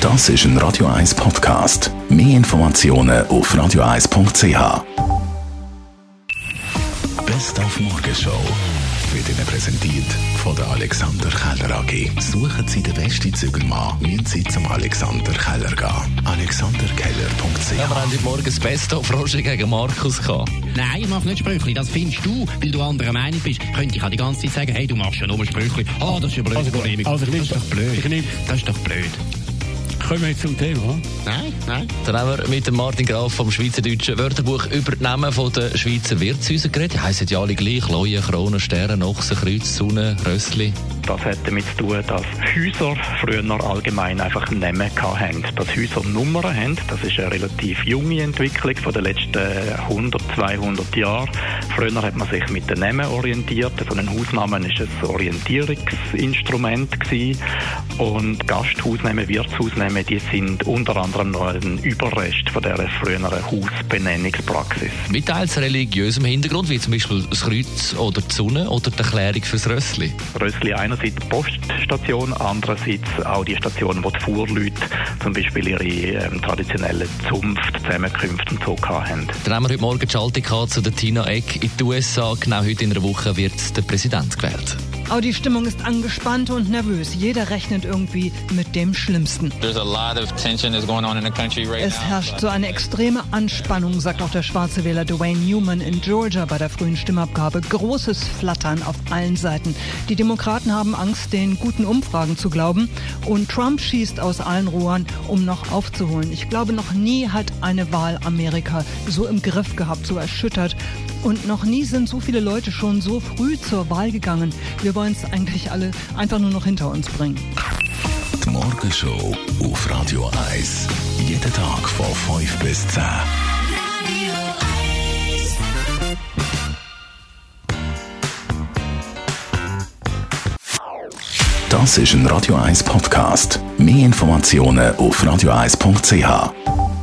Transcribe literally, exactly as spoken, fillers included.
Das ist ein Radio eins Podcast. Mehr Informationen auf radio eins punkt c h. Best auf Morgenshow wird Ihnen präsentiert von der Alexander Keller A G. Suchen Sie den besten Zügelmann, müssen Sie zum Alexander Keller gehen. alexander keller punkt c h. Ja, wir haben heute Morgen das Beste auf Roger gegen Markus gehabt. Nein, ich mache nicht Sprüchli. Das findest du, weil du anderer Meinung bist. Könnte ich auch die ganze Zeit sagen, hey, du machst ja nur Sprüchli. Ah, oh, das ist ja blöd. Also, Polemik. also, das ist doch blöd. Das ist doch blöd. Kommen wir jetzt zum Thema? Nein, nein. Dann haben wir mit dem Martin Graf vom Schweizerdeutschen Wörterbuch über die Namen der Schweizer Wirtshäuser geredet. Die heissen ja alle gleich. Leuen, Kronen, Sterne, Ochsen, Kreuz, Sonne, Rössli. Das hat damit zu tun, dass Häuser früher allgemein einfach Namen hatten. Dass Häuser Nummern haben, das ist eine relativ junge Entwicklung von den letzten hundert, zweihundert Jahren. Früher hat man sich mit den Namen orientiert. So ein Hausname war ein Orientierungsinstrument gewesen. Und Gasthausnamen, Wirtshausnamen, die sind unter anderem noch ein Überrest von dieser früheren Hausbenennungspraxis. Mit teils religiösem Hintergrund, wie zum Beispiel das Kreuz oder die Sonne oder die Erklärung fürs Rössli. Rössli einerseits die Poststation, andererseits auch die Station, wo die Fuhrleute zum Beispiel ihre ähm, traditionellen Zunft-Zusammenkünfte und so hatten. Dann haben wir heute Morgen die Schaltung zu der Tina Eck in den U S A. Genau heute in einer Woche wird der Präsident gewählt. Auch die Stimmung ist angespannt und nervös. Jeder rechnet irgendwie mit dem Schlimmsten. There's a lot of tension that's going on in the country right now. Es herrscht so eine extreme Anspannung, sagt auch der schwarze Wähler Dwayne Newman in Georgia bei der frühen Stimmabgabe. Großes Flattern auf allen Seiten. Die Demokraten haben Angst, den guten Umfragen zu glauben. Und Trump schießt aus allen Rohren, um noch aufzuholen. Ich glaube, noch nie hat eine Wahl Amerika so im Griff gehabt, so erschüttert. Und noch nie sind so viele Leute schon so früh zur Wahl gegangen. Wir wollen es eigentlich alle einfach nur noch hinter uns bringen. Die Morgenshow auf Radio eins. Jeden Tag von fünf bis zehn. Das ist ein Radio eins Podcast. Mehr Informationen auf radio eins punkt c h.